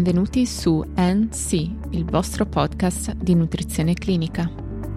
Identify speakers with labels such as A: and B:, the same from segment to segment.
A: Benvenuti su NC, il vostro podcast di nutrizione clinica.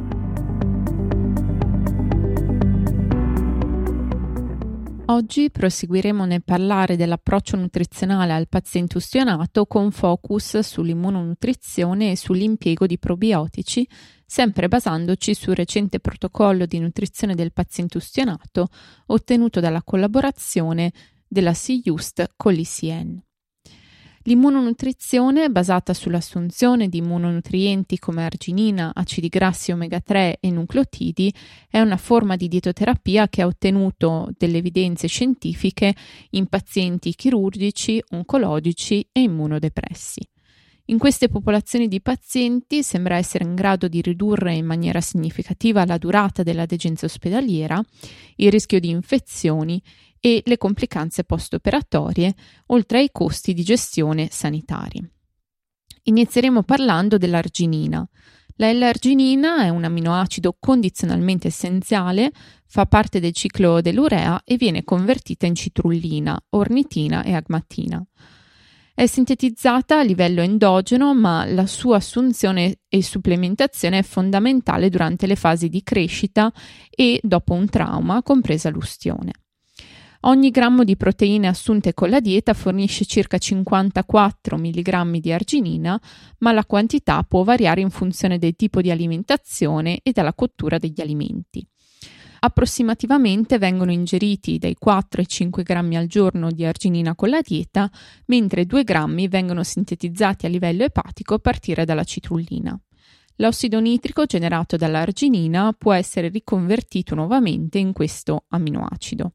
A: Oggi proseguiremo nel parlare dell'approccio nutrizionale al paziente ustionato con focus sull'immunonutrizione e sull'impiego di probiotici, sempre basandoci sul recente protocollo di nutrizione del paziente ustionato ottenuto dalla collaborazione della SIJUST con l'ICN. L'immunonutrizione, basata sull'assunzione di immunonutrienti come arginina, acidi grassi omega 3 e nucleotidi, è una forma di dietoterapia che ha ottenuto delle evidenze scientifiche in pazienti chirurgici, oncologici e immunodepressi. In queste popolazioni di pazienti sembra essere in grado di ridurre in maniera significativa la durata della degenza ospedaliera, il rischio di infezioni e le complicanze post-operatorie, oltre ai costi di gestione sanitari. Inizieremo parlando dell'arginina. La L-arginina è un aminoacido condizionalmente essenziale, fa parte del ciclo dell'urea e viene convertita in citrullina, ornitina e agmatina. È sintetizzata a livello endogeno, ma la sua assunzione e supplementazione è fondamentale durante le fasi di crescita e dopo un trauma, compresa l'ustione. Ogni grammo di proteine assunte con la dieta fornisce circa 54 mg di arginina, ma la quantità può variare in funzione del tipo di alimentazione e dalla cottura degli alimenti. Approssimativamente vengono ingeriti dai 4 ai 5 grammi al giorno di arginina con la dieta, mentre 2 grammi vengono sintetizzati a livello epatico a partire dalla citrullina. L'ossido nitrico generato dall'arginina può essere riconvertito nuovamente in questo aminoacido.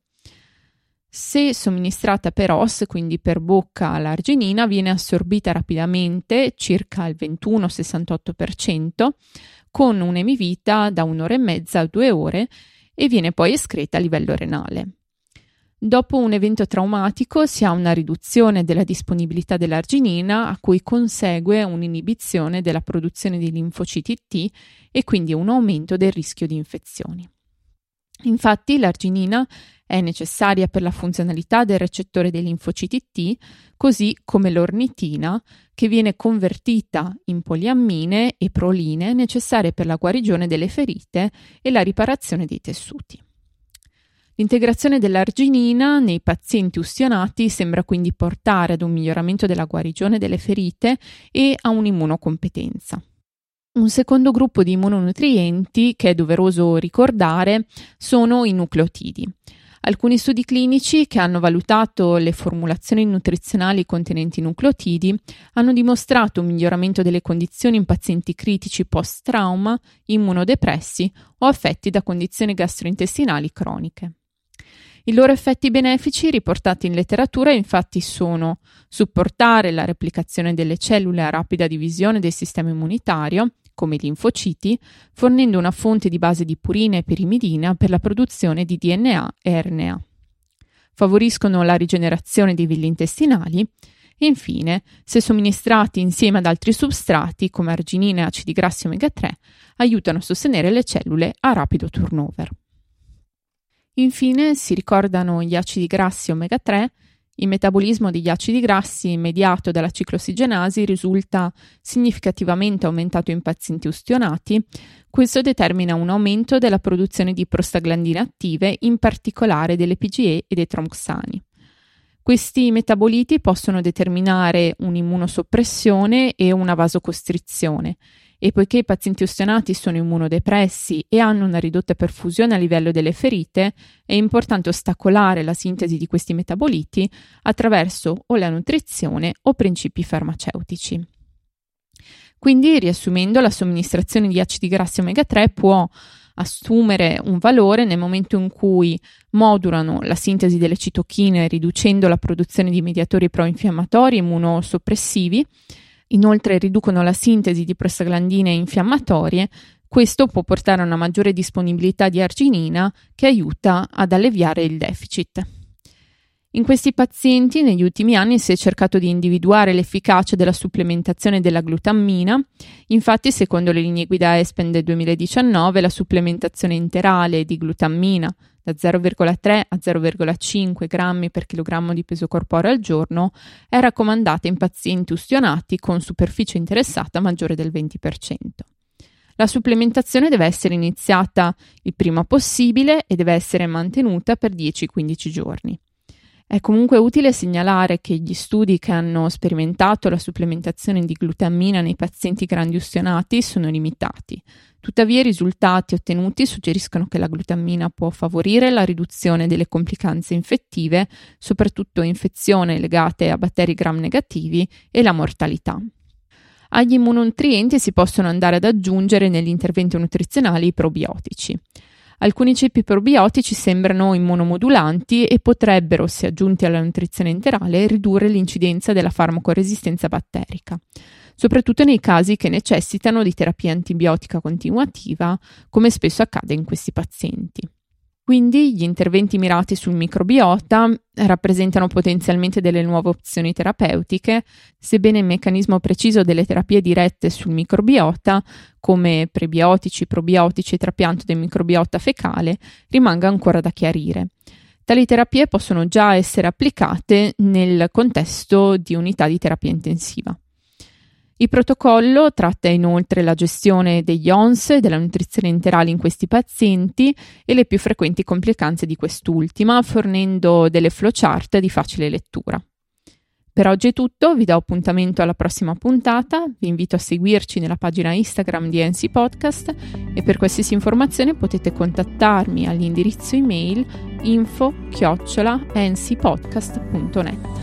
A: Se somministrata per OS, quindi per bocca, l'arginina viene assorbita rapidamente, circa il 21-68%, con un'emivita da 1 ora e mezza a 2 ore e viene poi escreta a livello renale. Dopo un evento traumatico si ha una riduzione della disponibilità dell'arginina a cui consegue un'inibizione della produzione di linfociti T e quindi un aumento del rischio di infezioni. Infatti l'arginina è necessaria per la funzionalità del recettore dei linfociti T, così come l'ornitina, che viene convertita in poliammine e proline necessarie per la guarigione delle ferite e la riparazione dei tessuti. L'integrazione dell'arginina nei pazienti ustionati sembra quindi portare ad un miglioramento della guarigione delle ferite e a un'immunocompetenza. Un secondo gruppo di immunonutrienti che è doveroso ricordare sono i nucleotidi. Alcuni studi clinici che hanno valutato le formulazioni nutrizionali contenenti nucleotidi hanno dimostrato un miglioramento delle condizioni in pazienti critici post-trauma, immunodepressi o affetti da condizioni gastrointestinali croniche. I loro effetti benefici riportati in letteratura infatti sono supportare la replicazione delle cellule a rapida divisione del sistema immunitario, come i linfociti, fornendo una fonte di base di purina e pirimidina per la produzione di DNA e RNA. Favoriscono la rigenerazione dei villi intestinali e infine, se somministrati insieme ad altri substrati come arginina e acidi grassi omega 3, aiutano a sostenere le cellule a rapido turnover. Infine si ricordano gli acidi grassi omega 3. Il metabolismo degli acidi grassi mediato dalla cicloossigenasi risulta significativamente aumentato in pazienti ustionati. Questo determina un aumento della produzione di prostaglandine attive, in particolare delle PGE e dei tromxani. Questi metaboliti possono determinare un'immunosoppressione e una vasocostrizione, e poiché i pazienti ustionati sono immunodepressi e hanno una ridotta perfusione a livello delle ferite, è importante ostacolare la sintesi di questi metaboliti attraverso o la nutrizione o principi farmaceutici. Quindi, riassumendo, la somministrazione di acidi grassi omega 3 può assumere un valore nel momento in cui modulano la sintesi delle citochine riducendo la produzione di mediatori proinfiammatori e immunosoppressivi. Inoltre riducono la sintesi di prostaglandine infiammatorie. Questo può portare a una maggiore disponibilità di arginina che aiuta ad alleviare il deficit. In questi pazienti negli ultimi anni si è cercato di individuare l'efficacia della supplementazione della glutammina. Infatti, secondo le linee guida ESPEN del 2019, la supplementazione interale di glutammina da 0,3 a 0,5 grammi per chilogrammo di peso corporeo al giorno, è raccomandata in pazienti ustionati con superficie interessata maggiore del 20%. La supplementazione deve essere iniziata il prima possibile e deve essere mantenuta per 10-15 giorni. È comunque utile segnalare che gli studi che hanno sperimentato la supplementazione di glutammina nei pazienti grandi ustionati sono limitati. Tuttavia i risultati ottenuti suggeriscono che la glutammina può favorire la riduzione delle complicanze infettive, soprattutto infezioni legate a batteri gram negativi, e la mortalità. Agli immunonutrienti si possono andare ad aggiungere negli interventi nutrizionali i probiotici. Alcuni cibi probiotici sembrano immunomodulanti e potrebbero, se aggiunti alla nutrizione enterale, ridurre l'incidenza della farmacoresistenza batterica, soprattutto nei casi che necessitano di terapia antibiotica continuativa, come spesso accade in questi pazienti. Quindi gli interventi mirati sul microbiota rappresentano potenzialmente delle nuove opzioni terapeutiche, sebbene il meccanismo preciso delle terapie dirette sul microbiota, come prebiotici, probiotici e trapianto del microbiota fecale, rimanga ancora da chiarire. Tali terapie possono già essere applicate nel contesto di unità di terapia intensiva. Il protocollo tratta inoltre la gestione degli ONS e della nutrizione enterale in questi pazienti e le più frequenti complicanze di quest'ultima, fornendo delle flowchart di facile lettura. Per oggi è tutto, vi do appuntamento alla prossima puntata, vi invito a seguirci nella pagina Instagram di NC Podcast e per qualsiasi informazione potete contattarmi all'indirizzo email info@ncpodcast.net.